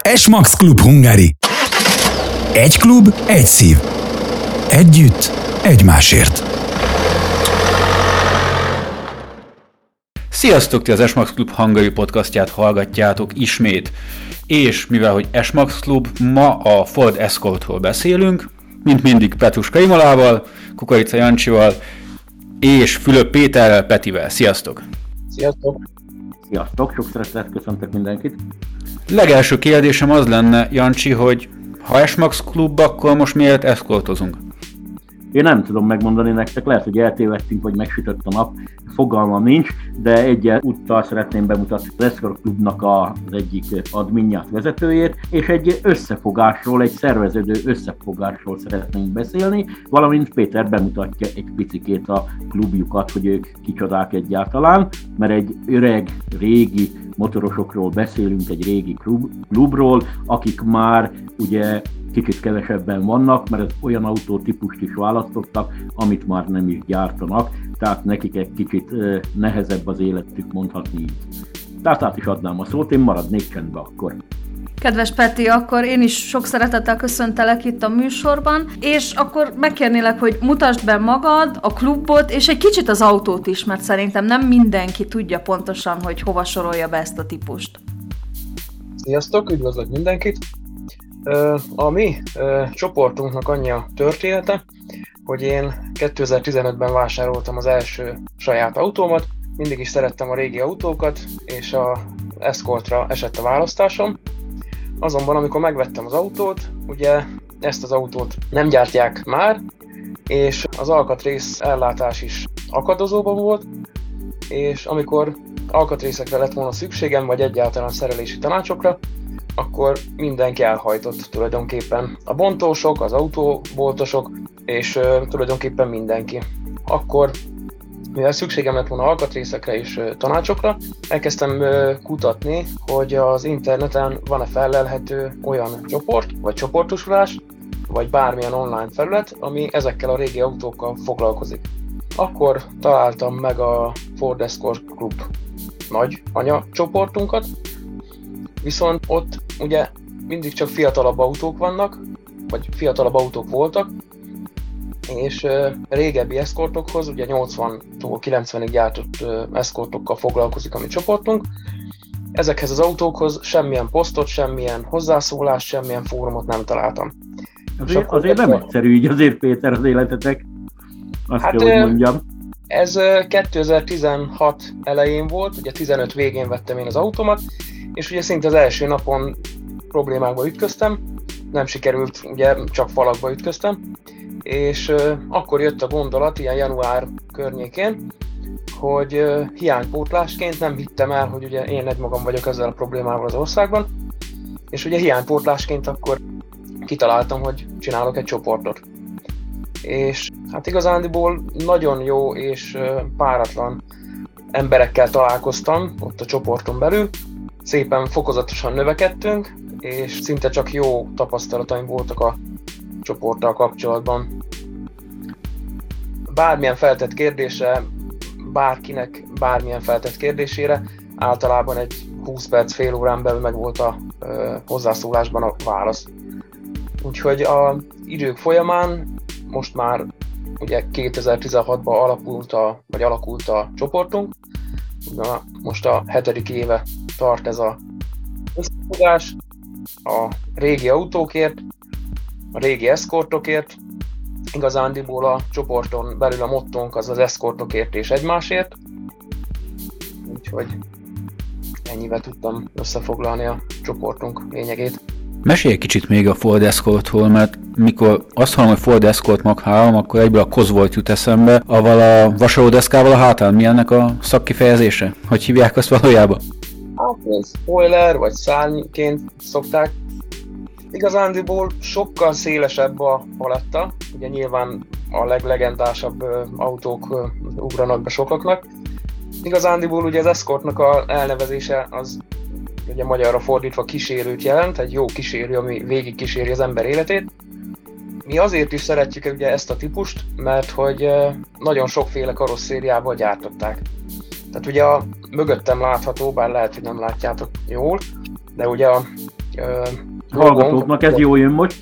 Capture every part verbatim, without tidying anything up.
S-Max Klub Hungary. Egy klub, egy szív. Együtt, egymásért. Sziasztok, ti az S-Max Klub Hungary podcastját hallgatjátok ismét. És mivel, hogy S-Max Klub, ma a Ford Escortról beszélünk, mint mindig Petruska Imolával, Kukorica Jancsival és Fülöp Péterrel, Petivel. Sziasztok! Sziasztok! Sziasztok! Sok szeretettel köszöntök mindenkit! Legelső kérdésem az lenne, Jancsi, hogy ha S-Max Klub, akkor most miért eszkortozunk? Én nem tudom megmondani nektek, lehet, hogy eltévedtünk, vagy megsütött a nap, fogalmam nincs, de egy úttal szeretném bemutatni az Escort Klubnak az egyik adminját, vezetőjét, és egy összefogásról, egy szerveződő összefogásról szeretnénk beszélni, valamint Péter bemutatja egy picikét a klubjukat, hogy ők kicsodák egyáltalán, mert egy öreg, régi motorosokról beszélünk, egy régi klub, klubról, akik már ugye kicsit kevesebben vannak, mert ez olyan autótípust is választottak, amit már nem is gyártanak, tehát nekik egy kicsit nehezebb az életük, mondhatni így. Tehát át is adnám a szót, én maradnék csendbe akkor. Kedves Peti, akkor én is sok szeretettel köszöntelek itt a műsorban, és akkor megkérnélek, hogy mutasd be magad, a klubot, és egy kicsit az autót is, mert szerintem nem mindenki tudja pontosan, hogy hova sorolja be ezt a típust. Sziasztok, üdvözlök mindenkit! A mi csoportunknak annyi a története, hogy én kétezer-tizenötben vásároltam az első saját autómat, mindig is szerettem a régi autókat, és az Escortra esett a választásom. Azonban, amikor megvettem az autót, ugye ezt az autót nem gyártják már, és az alkatrész ellátás is akadozóban volt, és amikor alkatrészekre lett volna szükségem, vagy egyáltalán szerelési tanácsokra, akkor mindenki elhajtott tulajdonképpen. A bontósok, az autóboltosok, és uh, tulajdonképpen mindenki. Akkor, mivel szükségem lett volna alkatrészekre és uh, tanácsokra, elkezdtem uh, kutatni, hogy az interneten van-e fellelhető olyan csoport, vagy csoportosulás, vagy bármilyen online felület, ami ezekkel a régi autókkal foglalkozik. Akkor találtam meg a Ford Escort Klub nagy anyacsoportunkat, viszont ott ugye mindig csak fiatalabb autók vannak, vagy fiatalabb autók voltak, és uh, régebbi eszkortokhoz, ugye nyolcvantól kilencvenig gyártott uh, eszkortokkal foglalkozik a mi csoportunk. Ezekhez az autókhoz semmilyen posztot, semmilyen hozzászólást, semmilyen fórumot nem találtam. Azért, azért nem egyszerű így azért, Péter, az életetek. Azt hát, kell, hogy mondjam. Ez uh, kétezer-tizenhat elején volt, ugye tizenöt végén vettem én az autómat, és ugye szinte az első napon problémákba ütköztem, nem sikerült, ugye csak falakba ütköztem, és uh, akkor jött a gondolat, ilyen január környékén, hogy uh, hiánypótlásként nem hittem el, hogy ugye én egymagam vagyok ezzel a problémával az országban, és ugye hiánypótlásként akkor kitaláltam, hogy csinálok egy csoportot. És hát igazándiból nagyon jó és uh, páratlan emberekkel találkoztam ott a csoporton belül, szépen fokozatosan növekedtünk, és szinte csak jó tapasztalataim voltak a csoporttal kapcsolatban. Bármilyen feltett kérdésre, bárkinek bármilyen feltett kérdésére, általában egy húsz perc, fél órán belül meg volt a ö, hozzászólásban a válasz. Úgyhogy az idők folyamán most már ugye kétezer-tizenhatban alakult a, vagy alakult a csoportunk, Na, most a hetedik éve tart ez a összefogás a régi autókért, a régi eszkortokért. Igazándiból a csoporton belül a mottónk az az eszkortokért és egymásért. Úgyhogy ennyivel tudtam összefoglalni a csoportunk lényegét. Mesélj egy kicsit még a Ford Escortról, mert mikor azt hallom, hogy Ford Escort Mach három, akkor egyből a Cosworth jut eszembe, avval a vasalódeszkával a hátán. Mi ennek a szakkifejezése? Hogy hívják azt valójában? Hát ez spoiler, vagy szárnyként szokták. Igazándiból sokkal szélesebb a paletta, ugye nyilván a leglegendásabb autók ugranak be sokaknak. Igazándiból ugye az Escortnak a elnevezése az ugye magyarra fordítva kísérőt jelent, egy jó kísérő, ami végig kíséri az ember életét. Mi azért is szeretjük ugye ezt a típust, mert hogy nagyon sokféle karosszériával gyártották. Tehát ugye a mögöttem látható, bár lehet, hogy nem látjátok jól, de ugye a Hallgatóknak ez jól jön most.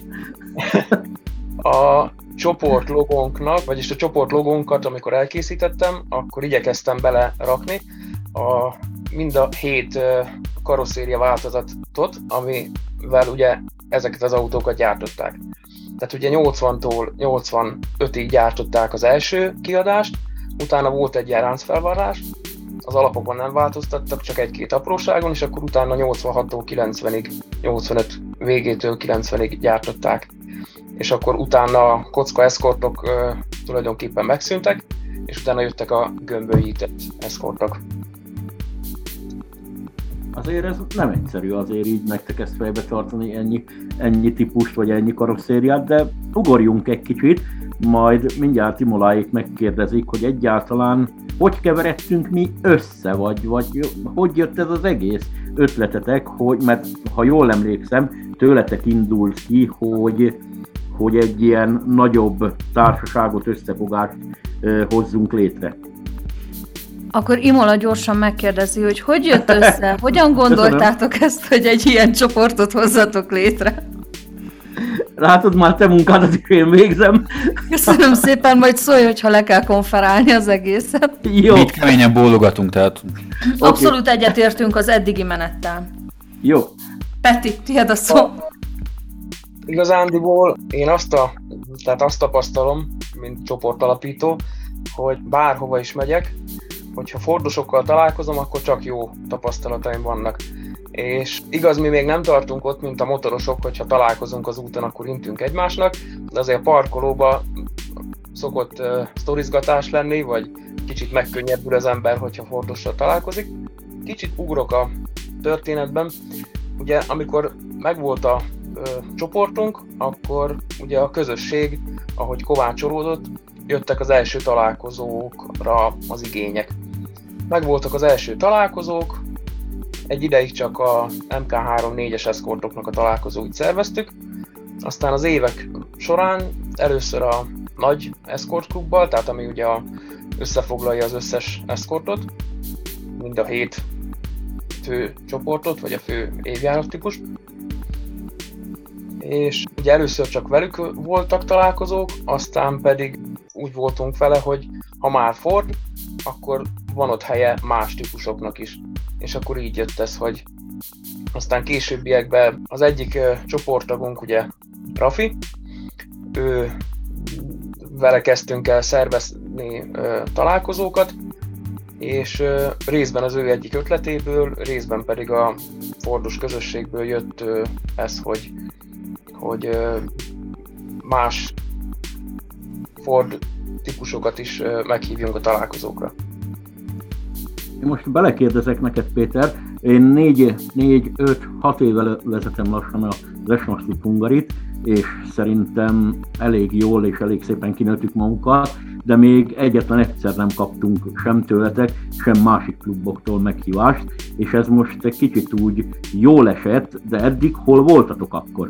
A csoport logónknak, vagyis a csoport logónkat, amikor elkészítettem, akkor igyekeztem belerakni a, mind a hét karosszéria változatot, amivel ugye ezeket az autókat gyártották. Tehát ugye nyolcvantól nyolcvanötig gyártották az első kiadást, utána volt egy ilyen ráncfelvarrás, az alapokon nem változtattak, csak egy-két apróságon, és akkor utána nyolcvanhattól kilencvenig, nyolcvanöt végétől kilencvenig gyártották. És akkor utána a kocka eszkortok uh, tulajdonképpen megszűntek, és utána jöttek a gömbölyített eszkortok. Azért ez nem egyszerű azért így nektek ezt fejbe tartani, ennyi, ennyi típust vagy ennyi karosszériát, de ugorjunk egy kicsit, majd mindjárt Imoláék megkérdezik, hogy egyáltalán hogy keveredtünk mi össze, vagy, vagy hogy jött ez az egész ötletetek, hogy, mert ha jól emlékszem, tőletek indult ki, hogy, hogy egy ilyen nagyobb társaságot, összefogást eh, hozzunk létre. Akkor Imola gyorsan megkérdezi, hogy hogy jött össze, hogyan gondoltátok Köszönöm. Ezt, hogy egy ilyen csoportot hozzatok létre? Látod, már te munkádat is én végzem. Köszönöm szépen, majd szólj, hogyha le kell konferálni az egészet. Jó. Mit keményen bólogatunk, tehát... Abszolút okay. Egyetértünk az eddigi menettel. Jó. Peti, tiéd a szó. A, igazándiból én azt, a, tehát azt tapasztalom, mint csoportalapító, hogy bárhova is megyek, hogyha fordosokkal találkozom, akkor csak jó tapasztalataim vannak. És igaz, mi még nem tartunk ott, mint a motorosok, hogyha találkozunk az úton, akkor intünk egymásnak, de azért a parkolóba szokott uh, sztorizgatás lenni, vagy kicsit megkönnyebbül az ember, hogyha fordossal találkozik. Kicsit ugrok a történetben. Ugye, amikor megvolt a uh, csoportunk, akkor ugye a közösség, ahogy kovácsolódott, jöttek az első találkozókra az igények. Megvoltak az első találkozók, egy ideig csak a em ká három négyes eszkortoknak a találkozóit szerveztük, aztán az évek során először a nagy eszkort klubbal, tehát ami ugye a, összefoglalja az összes eszkortot, mind a hét fő csoportot, vagy a fő évjárattípust. És ugye először csak velük voltak találkozók, aztán pedig úgy voltunk vele, hogy ha már Ford, akkor van ott helye más típusoknak is. És akkor így jött ez, hogy aztán későbbiekben az egyik uh, csoporttagunk, ugye Rafi, ő vele kezdtünk el szervezni uh, találkozókat, és uh, részben az ő egyik ötletéből, részben pedig a Fordos közösségből jött uh, ez, hogy, hogy uh, más Ford típusokat is uh, meghívjunk a találkozókra. Én most belekérdezek neked, Péter, én négy, négy, öt, hat éve vezetem lassan az S-Max Club Hungarit, és szerintem elég jól és elég szépen kinőttük magunkat, de még egyetlen egyszer nem kaptunk sem tőletek, sem másik kluboktól meghívást, és ez most egy kicsit úgy jól esett, de eddig hol voltatok akkor?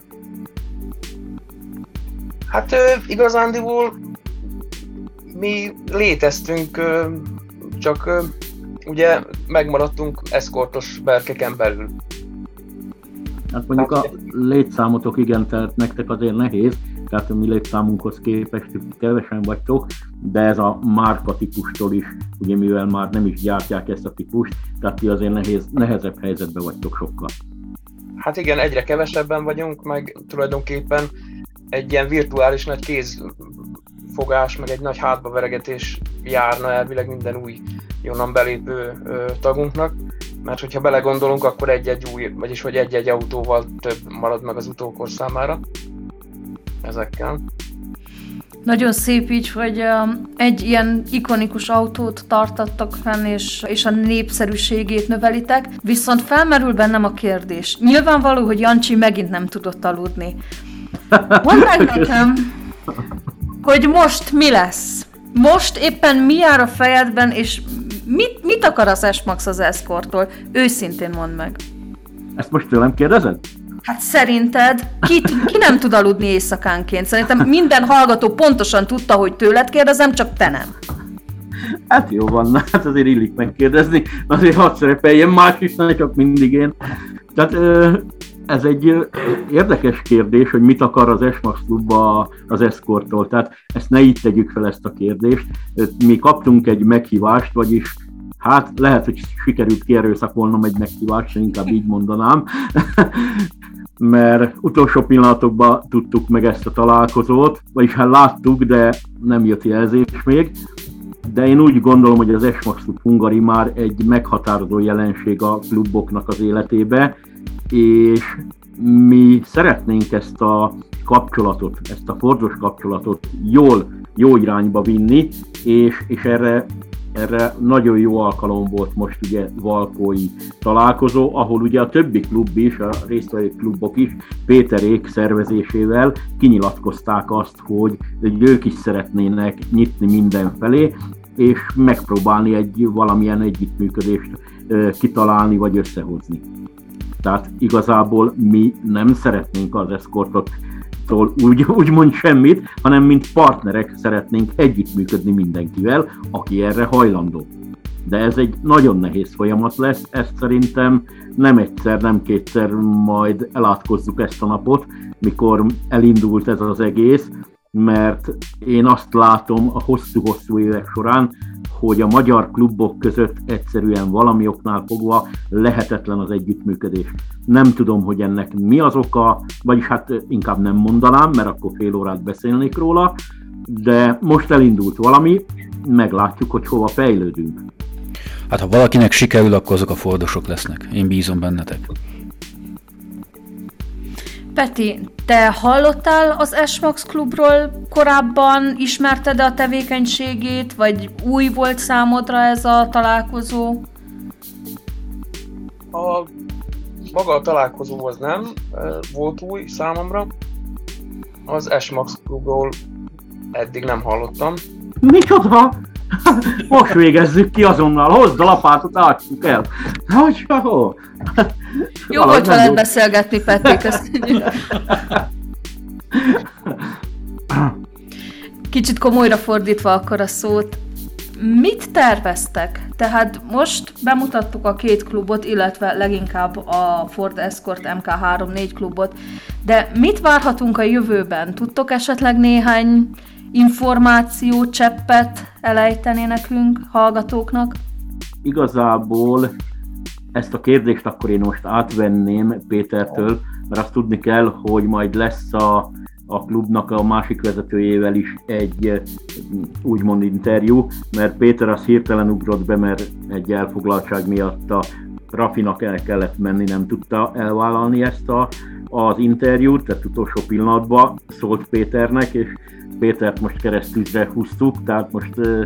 Hát igazándiból mi léteztünk, csak ugye megmaradtunk eszkortos berkeken belül. Hát mondjuk a létszámotok igen, tehát nektek azért nehéz, tehát a mi létszámunkhoz képest kevesen vagytok, de ez a márka típustól is, ugye mivel már nem is gyártják ezt a típust, tehát ti azért nehéz, nehezebb helyzetben vagytok sokkal. Hát igen, egyre kevesebben vagyunk, meg tulajdonképpen egy ilyen virtuális nagy kézfogás, meg egy nagy hátbaveregetés járna elvileg minden új jonnan belépő ö, tagunknak, mert hogyha belegondolunk, akkor egy-egy új, vagyis hogy egy-egy autóval több marad meg az utókor számára ezekkel. Nagyon szép így, hogy egy ilyen ikonikus autót tartattak fenn, és, és a népszerűségét növelitek, viszont felmerül bennem a kérdés. Nyilvánvaló, hogy Jancsi megint nem tudott aludni. Mondd meg nekem, hogy most mi lesz? Most éppen mi jár a fejedben, és mit, mit akar az S-Max az Escorttól? Őszintén mondd meg. Ezt most tőlem kérdezed? Hát szerinted ki, ki nem tud aludni éjszakánként? Szerintem minden hallgató pontosan tudta, hogy tőled kérdezem, csak te nem. Hát jó van, hát azért illik megkérdezni, azért hadd szerepeljen más is, ne csak mindig én. Tehát ö, Ez egy érdekes kérdés, hogy mit akar az S-Max Klub az Escorttól. Tehát ezt ne így tegyük fel ezt a kérdést. Mi kaptunk egy meghívást, vagyis hát lehet, hogy sikerült kierőszakolnom egy meghívást, inkább így mondanám, mert utolsó pillanatokban tudtuk meg ezt a találkozót, vagyis hát láttuk, de nem jött jelzés még. De én úgy gondolom, hogy az S-Max Klub Hungary már egy meghatározó jelenség a kluboknak az életébe, és mi szeretnénk ezt a kapcsolatot, ezt a Fordos kapcsolatot jól, jó irányba vinni, és, és erre, erre nagyon jó alkalom volt most ugye Valkói találkozó, ahol ugye a többi klub is, a résztvevő klubok is Péterék szervezésével kinyilatkozták azt, hogy ők is szeretnének nyitni mindenfelé, és megpróbálni egy valamilyen együttműködést kitalálni vagy összehozni. Tehát igazából mi nem szeretnénk az Escorttól úgy, úgymond semmit, hanem mint partnerek szeretnénk együttműködni mindenkivel, aki erre hajlandó. De ez egy nagyon nehéz folyamat lesz, ezt szerintem nem egyszer, nem kétszer majd elátkozzuk ezt a napot, mikor elindult ez az egész, mert én azt látom a hosszú-hosszú évek során, hogy a magyar klubok között egyszerűen valami oknál fogva lehetetlen az együttműködés. Nem tudom, hogy ennek mi az oka, vagyis hát inkább nem mondanám, mert akkor fél órát beszélnék róla, de most elindult valami, meglátjuk, hogy hova fejlődünk. Hát ha valakinek sikerül, akkor azok a Fordosok lesznek. Én bízom bennetek. Peti, te hallottál az S-Max Klubról korábban? Ismerted a tevékenységét, vagy új volt számodra ez a találkozó? A maga a találkozó az nem volt új számomra. Az S-Max Klubról eddig nem hallottam. Micsoda? Most végezzük ki azonnal, hozd a lapátot, átjuk el. Hogy hol? Jó volt veled beszélgetni, Peti, köszönjük. Kicsit komolyra fordítva akkor a szót. Mit terveztek? Tehát most bemutattuk a két klubot, illetve leginkább a Ford Escort em ká három négy klubot, de mit várhatunk a jövőben? Tudtok esetleg néhány információ, cseppet elejteni nekünk, hallgatóknak? Igazából ezt a kérdést akkor én most átvenném Pétertől, mert azt tudni kell, hogy majd lesz a, a klubnak a másik vezetőjével is egy úgymond interjú, mert Péter az hirtelen ugrott be, mert egy elfoglaltság miatt a Rafinak el kellett menni, nem tudta elvállalni ezt a, az interjút, tehát utolsó pillanatban szólt Péternek, és Pétert most keresztüzre húztuk, tehát most uh,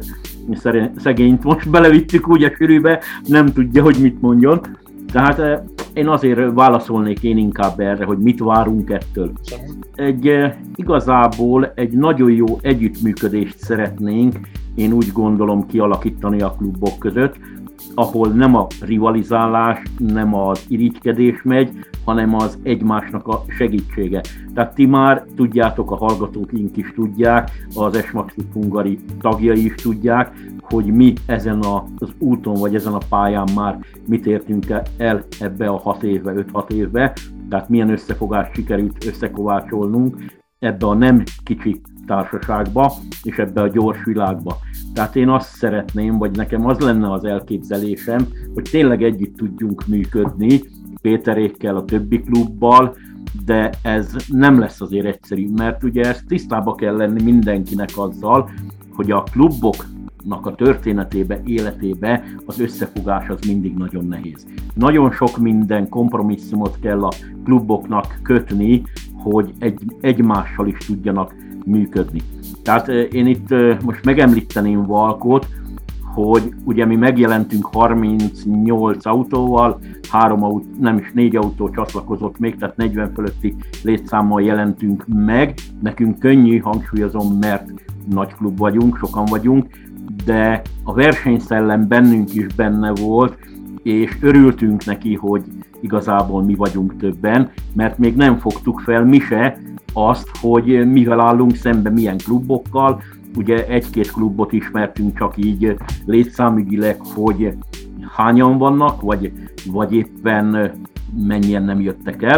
szegényt most belevittük úgy a sűrűbe, nem tudja, hogy mit mondjon. Tehát uh, én azért válaszolnék én inkább erre, hogy mit várunk ettől. Egy uh, igazából egy nagyon jó együttműködést szeretnénk, én úgy gondolom, kialakítani a klubok között, ahol nem a rivalizálás, nem az irigykedés megy, hanem az egymásnak a segítsége. Tehát ti már tudjátok, a hallgatóink is tudják, az S-Max Klub Hungary tagjai is tudják, hogy mi ezen az úton, vagy ezen a pályán már mit értünk el ebbe a hat évbe, öt-hat évbe, tehát milyen összefogást sikerült összekovácsolnunk ebbe a nem kicsi társaságba, és ebbe a gyors világba. Tehát én azt szeretném, vagy nekem az lenne az elképzelésem, hogy tényleg együtt tudjunk működni Péterékkel, a többi klubbal, de ez nem lesz azért egyszerű, mert ugye ezt tisztába kell lenni mindenkinek azzal, hogy a kluboknak a történetébe, életébe az összefogás az mindig nagyon nehéz. Nagyon sok minden kompromisszumot kell a kluboknak kötni, hogy egy, egymással is tudjanak működni. Tehát én itt most megemlíteném Valkót, hogy ugye mi megjelentünk harmincnyolc autóval, három autó, nem is négy autó csatlakozott még, tehát negyven fölötti létszámmal jelentünk meg. Nekünk könnyű, hangsúlyozom, mert nagy klub vagyunk, sokan vagyunk, de a versenyszellem bennünk is benne volt, és örültünk neki, hogy igazából mi vagyunk többen, mert még nem fogtuk fel mi se azt, hogy mivel állunk szembe, milyen klubokkal. Ugye egy-két klubot ismertünk csak így létszámügyileg, hogy hányan vannak, vagy, vagy éppen mennyien nem jöttek el,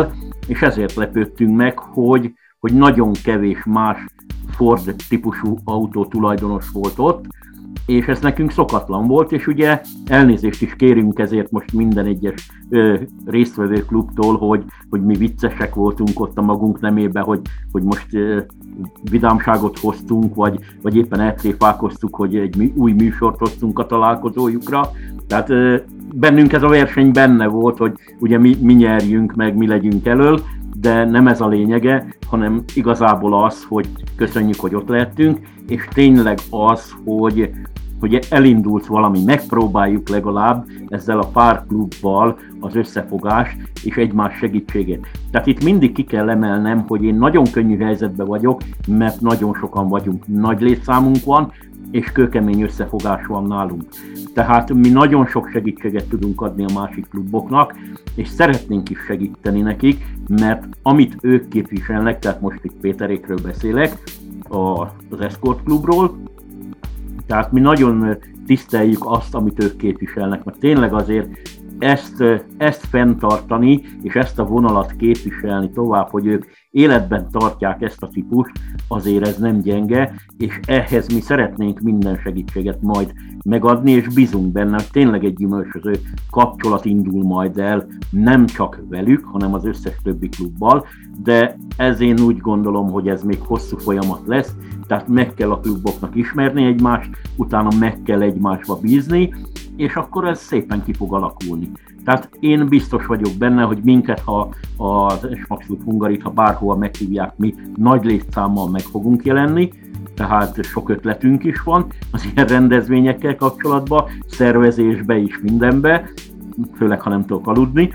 és ezért lepődtünk meg, hogy, hogy nagyon kevés más Ford típusú autó tulajdonos volt ott, és ez nekünk szokatlan volt, és ugye elnézést is kérünk ezért most minden egyes ö, résztvevő klubtól, hogy, hogy mi viccesek voltunk ott a magunk nemében, hogy, hogy most ö, vidámságot hoztunk, vagy, vagy éppen eltréfálkoztuk, hogy egy új műsort hoztunk a találkozójukra. Tehát ö, bennünk ez a verseny benne volt, hogy ugye mi, mi nyerjünk meg, mi legyünk elől, de nem ez a lényege, hanem igazából az, hogy köszönjük, hogy ott lehetünk, és tényleg az, hogy, hogy elindult valami, megpróbáljuk legalább ezzel a pár klubbal az összefogást és egymás segítségét. Tehát itt mindig ki kell emelnem, hogy én nagyon könnyű helyzetben vagyok, mert nagyon sokan vagyunk, nagy létszámunk van, és kőkemény összefogás van nálunk. Tehát mi nagyon sok segítséget tudunk adni a másik kluboknak, és szeretnénk is segíteni nekik, mert amit ők képviselnek, tehát most itt Péterékről beszélek, az Escort klubról, tehát mi nagyon tiszteljük azt, amit ők képviselnek, mert tényleg azért ezt, ezt fenntartani, és ezt a vonalat képviselni tovább, hogy ők életben tartják ezt a típust, azért ez nem gyenge, és ehhez mi szeretnénk minden segítséget majd megadni, és bízunk benne, hogy tényleg egy gyümölcsöző kapcsolat indul majd el, nem csak velük, hanem az összes többi klubbal, de ez én úgy gondolom, hogy ez még hosszú folyamat lesz, tehát meg kell a kluboknak ismerni egymást, utána meg kell egymásba bízni, és akkor ez szépen ki fog alakulni. Tehát én biztos vagyok benne, hogy minket, ha az S-Max Club Hungarit, ha bárhol meghívják, mi nagy létszámmal meg fogunk jelenni, tehát sok ötletünk is van az ilyen rendezvényekkel kapcsolatban, szervezésbe is mindenbe, főleg ha nem tudok aludni,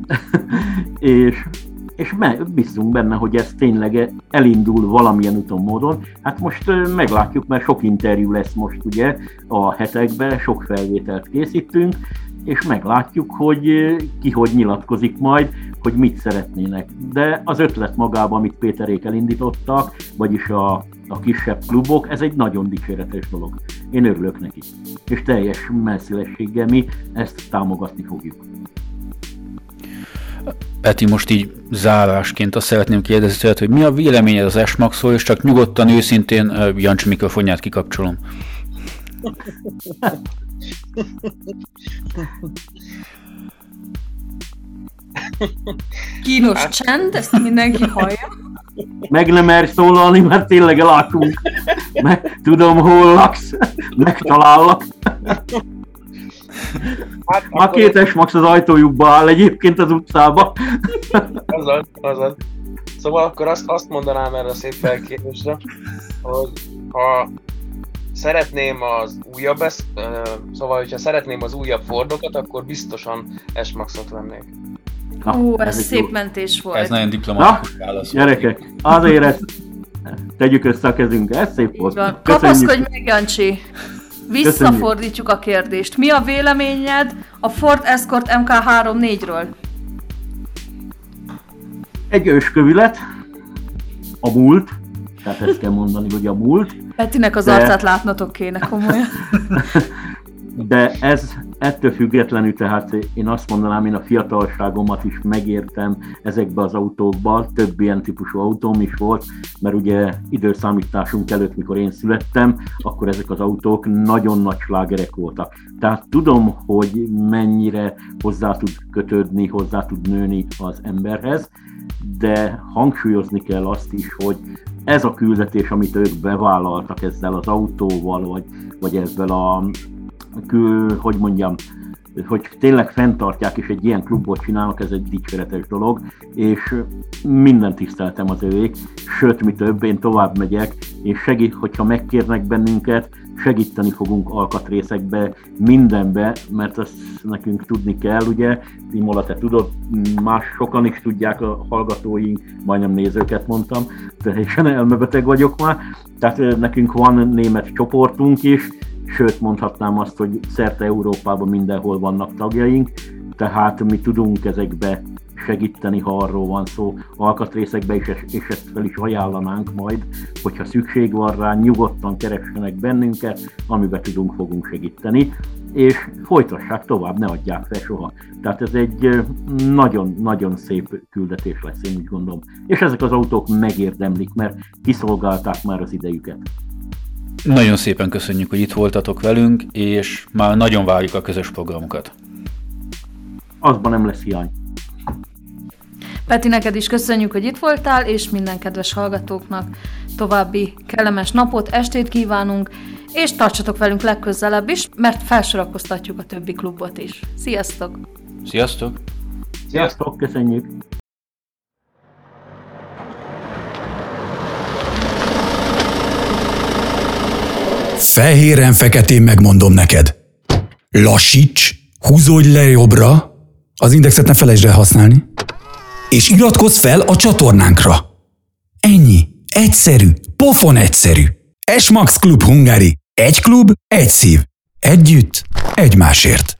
és, és bízunk benne, hogy ez tényleg elindul valamilyen úton módon. Hát most meglátjuk, mert sok interjú lesz most ugye a hetekben, sok felvételt készítünk, és meglátjuk, hogy ki hogy nyilatkozik majd, hogy mit szeretnének. De az ötlet magában, amit Péterék elindítottak, vagyis a, a kisebb klubok, ez egy nagyon dicséretes dolog. Én örülök neki. És teljes messzélességgel mi ezt támogatni fogjuk. Peti, most így zárásként azt szeretném kérdezni tőled, hogy mi a véleményed az S-Maxról, és csak nyugodtan, őszintén Jancsi mikrofonját kikapcsolom. Kínos hát. Csend, ezt mindenki hallja. Meg nem merj szólalni, mert tényleg elálltunk. Meg, tudom, hol laksz, megtalállak. Hát, már két S-Max az ajtójukba áll egyébként az utcába. Azaz, azaz. Szóval akkor azt, azt mondanám erre a szép felkérésre, hogy ha szeretném az újabb, esz, szóval, hogyha szeretném az újabb Fordokat, akkor biztosan S-Maxot vennék. Ú, ez, ez szép jó mentés volt. Ez nagyon diplomatikus válasz. Gyerekek, azért ezt tegyük össze a kezünkre, ez szép volt. Kapaszkodj meg, Jancsi! Visszafordítjuk a kérdést. Mi a véleményed a Ford Escort em ká harmincnégyről? Egy őskövület, a múlt, tehát ezt kell mondani, hogy a múlt. Petinek az de... arcát látnotok kéne komolyan. De ez ettől függetlenül, tehát én azt mondanám, én a fiatalságomat is megértem ezekbe az autókba, több ilyen típusú autóm is volt, mert ugye időszámításunk előtt, mikor én születtem, akkor ezek az autók nagyon nagy slágerek voltak. Tehát tudom, hogy mennyire hozzá tud kötődni, hozzá tud nőni az emberhez, de hangsúlyozni kell azt is, hogy ez a küldetés, amit ők bevállaltak ezzel az autóval, vagy, vagy ezzel a hogy mondjam, hogy tényleg fenntartják és egy ilyen klubot csinálnak, ez egy dicséretes dolog, és minden tiszteltem az övék, sőt, mi több, én tovább megyek, és segít, hogyha megkérnek bennünket, segíteni fogunk alkatrészekbe, mindenbe, mert azt nekünk tudni kell, ugye, Imola, te tudod, más sokan is tudják a hallgatóink, majdnem nézőket mondtam, teljesen elmebeteg vagyok már, tehát nekünk van német csoportunk is, sőt mondhatnám azt, hogy szerte Európában mindenhol vannak tagjaink, tehát mi tudunk ezekbe segíteni, ha arról van szó, alkatrészekbe is, és ezt fel is ajánlanánk majd, hogyha szükség van rá, nyugodtan keressenek bennünket, amiben tudunk, fogunk segíteni. és folytassák tovább, ne adják fel soha. Tehát ez egy nagyon-nagyon szép küldetés lesz, én úgy gondolom. És ezek az autók megérdemlik, mert kiszolgálták már az idejüket. Nagyon szépen köszönjük, hogy itt voltatok velünk, és már nagyon várjuk a közös programokat. Azban nem lesz hiány. Peti, neked is köszönjük, hogy itt voltál, és minden kedves hallgatóknak további kellemes napot, estét kívánunk, és tartsatok velünk legközelebb is, mert felsorakoztatjuk a többi klubot is. Sziasztok! Sziasztok! Sziasztok, köszönjük! Fehéren-feketén megmondom neked. Lassíts, húzódj le jobbra, az indexet ne felejtsd el használni, és iratkozz fel a csatornánkra. Ennyi. Egyszerű. Pofon egyszerű. S-Max Klub Hungary. Egy klub, egy szív. Együtt, egymásért.